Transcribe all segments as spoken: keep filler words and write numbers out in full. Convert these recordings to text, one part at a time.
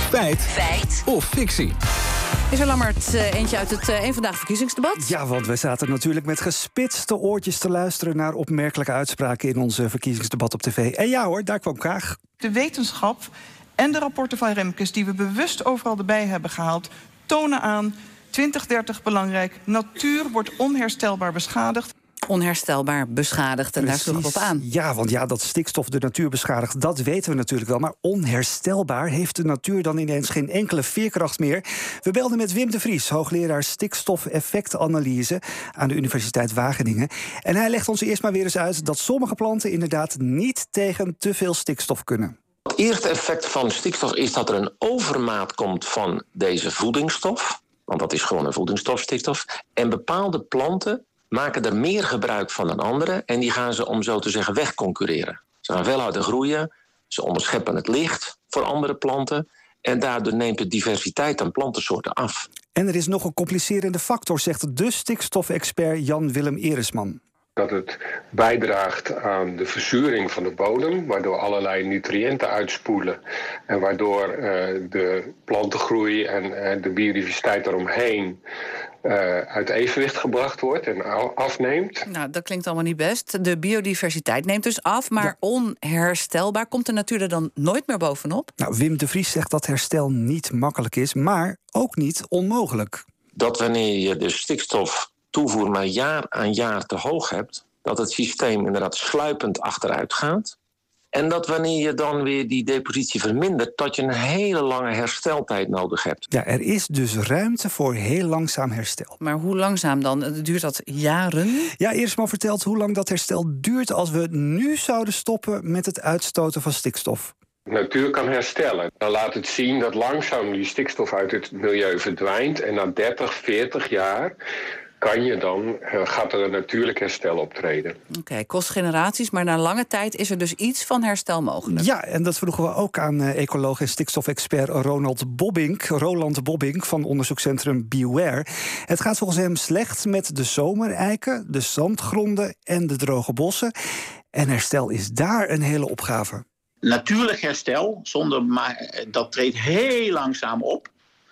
Feit. Feit. Of fictie. Is er Lammert uh, eentje uit het uh, één Vandaag verkiezingsdebat? Ja, want wij zaten natuurlijk met gespitste oortjes te luisteren naar opmerkelijke uitspraken in onze verkiezingsdebat op tv. En ja hoor, daar kwam Kaag. De wetenschap en de rapporten van Remkes, die we bewust overal erbij hebben gehaald, tonen aan twintig dertig belangrijk. Natuur wordt onherstelbaar beschadigd. Onherstelbaar beschadigd, en Precies. daar sloeg op aan. Ja, want ja, dat stikstof de natuur beschadigt, dat weten we natuurlijk wel. Maar onherstelbaar heeft de natuur dan ineens geen enkele veerkracht meer. We belden met Wim de Vries, hoogleraar stikstofeffectanalyse aan de Universiteit Wageningen. En hij legt ons eerst maar weer eens uit dat sommige planten inderdaad niet tegen te veel stikstof kunnen. Het eerste effect van stikstof is dat er een overmaat komt van deze voedingsstof. Want dat is gewoon een voedingsstof, stikstof. En bepaalde planten maken er meer gebruik van dan anderen en die gaan ze, om zo te zeggen, wegconcurreren. Ze gaan veel harder groeien, ze onderscheppen het licht voor andere planten en daardoor neemt de diversiteit aan plantensoorten af. En er is nog een complicerende factor, zegt de stikstofexpert Jan-Willem Eresman. Dat het bijdraagt aan de verzuring van de bodem, waardoor allerlei nutriënten uitspoelen en waardoor uh, de plantengroei en uh, de biodiversiteit eromheen uh, uit evenwicht gebracht wordt en afneemt. Nou, dat klinkt allemaal niet best. De biodiversiteit neemt dus af, maar ja. onherstelbaar. Komt de natuur er dan nooit meer bovenop? Nou, Wim de Vries zegt dat herstel niet makkelijk is, maar ook niet onmogelijk. Dat wanneer je de stikstof toevoer maar jaar aan jaar te hoog hebt, dat het systeem inderdaad sluipend achteruit gaat. En dat wanneer je dan weer die depositie vermindert, dat je een hele lange hersteltijd nodig hebt. Ja, er is dus ruimte voor heel langzaam herstel. Maar hoe langzaam dan? Duurt dat jaren? Ja, Eresman vertelt hoe lang dat herstel duurt als we nu zouden stoppen met het uitstoten van stikstof. De natuur kan herstellen. Dan laat het zien dat langzaam die stikstof uit het milieu verdwijnt en na dertig, veertig jaar kan je dan, gaat er een natuurlijk herstel optreden. Oké, okay, kost generaties, maar na lange tijd is er dus iets van herstel mogelijk. Ja, en dat vroegen we ook aan uh, ecoloog en stikstofexpert Ronald Bobbink, Roland Bobbink van onderzoekscentrum Beware. Het gaat volgens hem slecht met de zomereiken, de zandgronden en de droge bossen. En herstel is daar een hele opgave. Natuurlijk herstel, zonder maar, dat treedt heel langzaam op.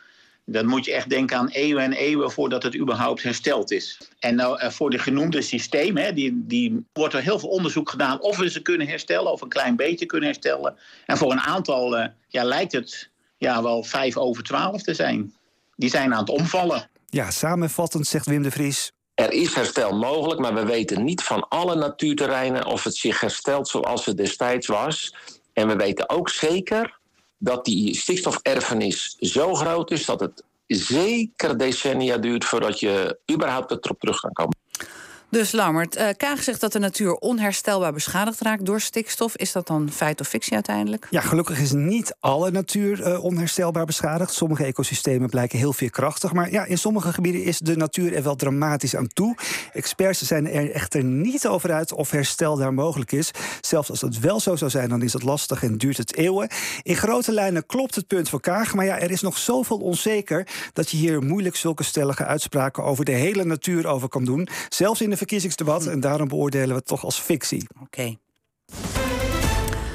Dan moet je echt denken aan eeuwen en eeuwen voordat het überhaupt hersteld is. En nou, voor de genoemde systemen, hè, die, die wordt er heel veel onderzoek gedaan of we ze kunnen herstellen of een klein beetje kunnen herstellen. En voor een aantal uh, ja, lijkt het ja, wel vijf over twaalf te zijn. Die zijn aan het omvallen. Ja, samenvattend zegt Wim de Vries. Er is herstel mogelijk, maar we weten niet van alle natuurterreinen of het zich herstelt zoals het destijds was. En we weten ook zeker dat die stikstoferfenis zo groot is dat het zeker decennia duurt voordat je überhaupt erop terug kan komen. Dus Lammert, uh, Kaag zegt dat de natuur onherstelbaar beschadigd raakt door stikstof. Is dat dan feit of fictie uiteindelijk? Ja, gelukkig is niet alle natuur uh, onherstelbaar beschadigd. Sommige ecosystemen blijken heel veerkrachtig. Maar ja, in sommige gebieden is de natuur er wel dramatisch aan toe. Experts zijn er echter niet over uit of herstel daar mogelijk is. Zelfs als het wel zo zou zijn, dan is het lastig en duurt het eeuwen. In grote lijnen klopt het punt voor Kaag. Maar ja, er is nog zoveel onzeker dat je hier moeilijk zulke stellige uitspraken over de hele natuur over kan doen. Zelfs in de verkiezingsdebat. En daarom beoordelen we het toch als fictie. Oké. Okay.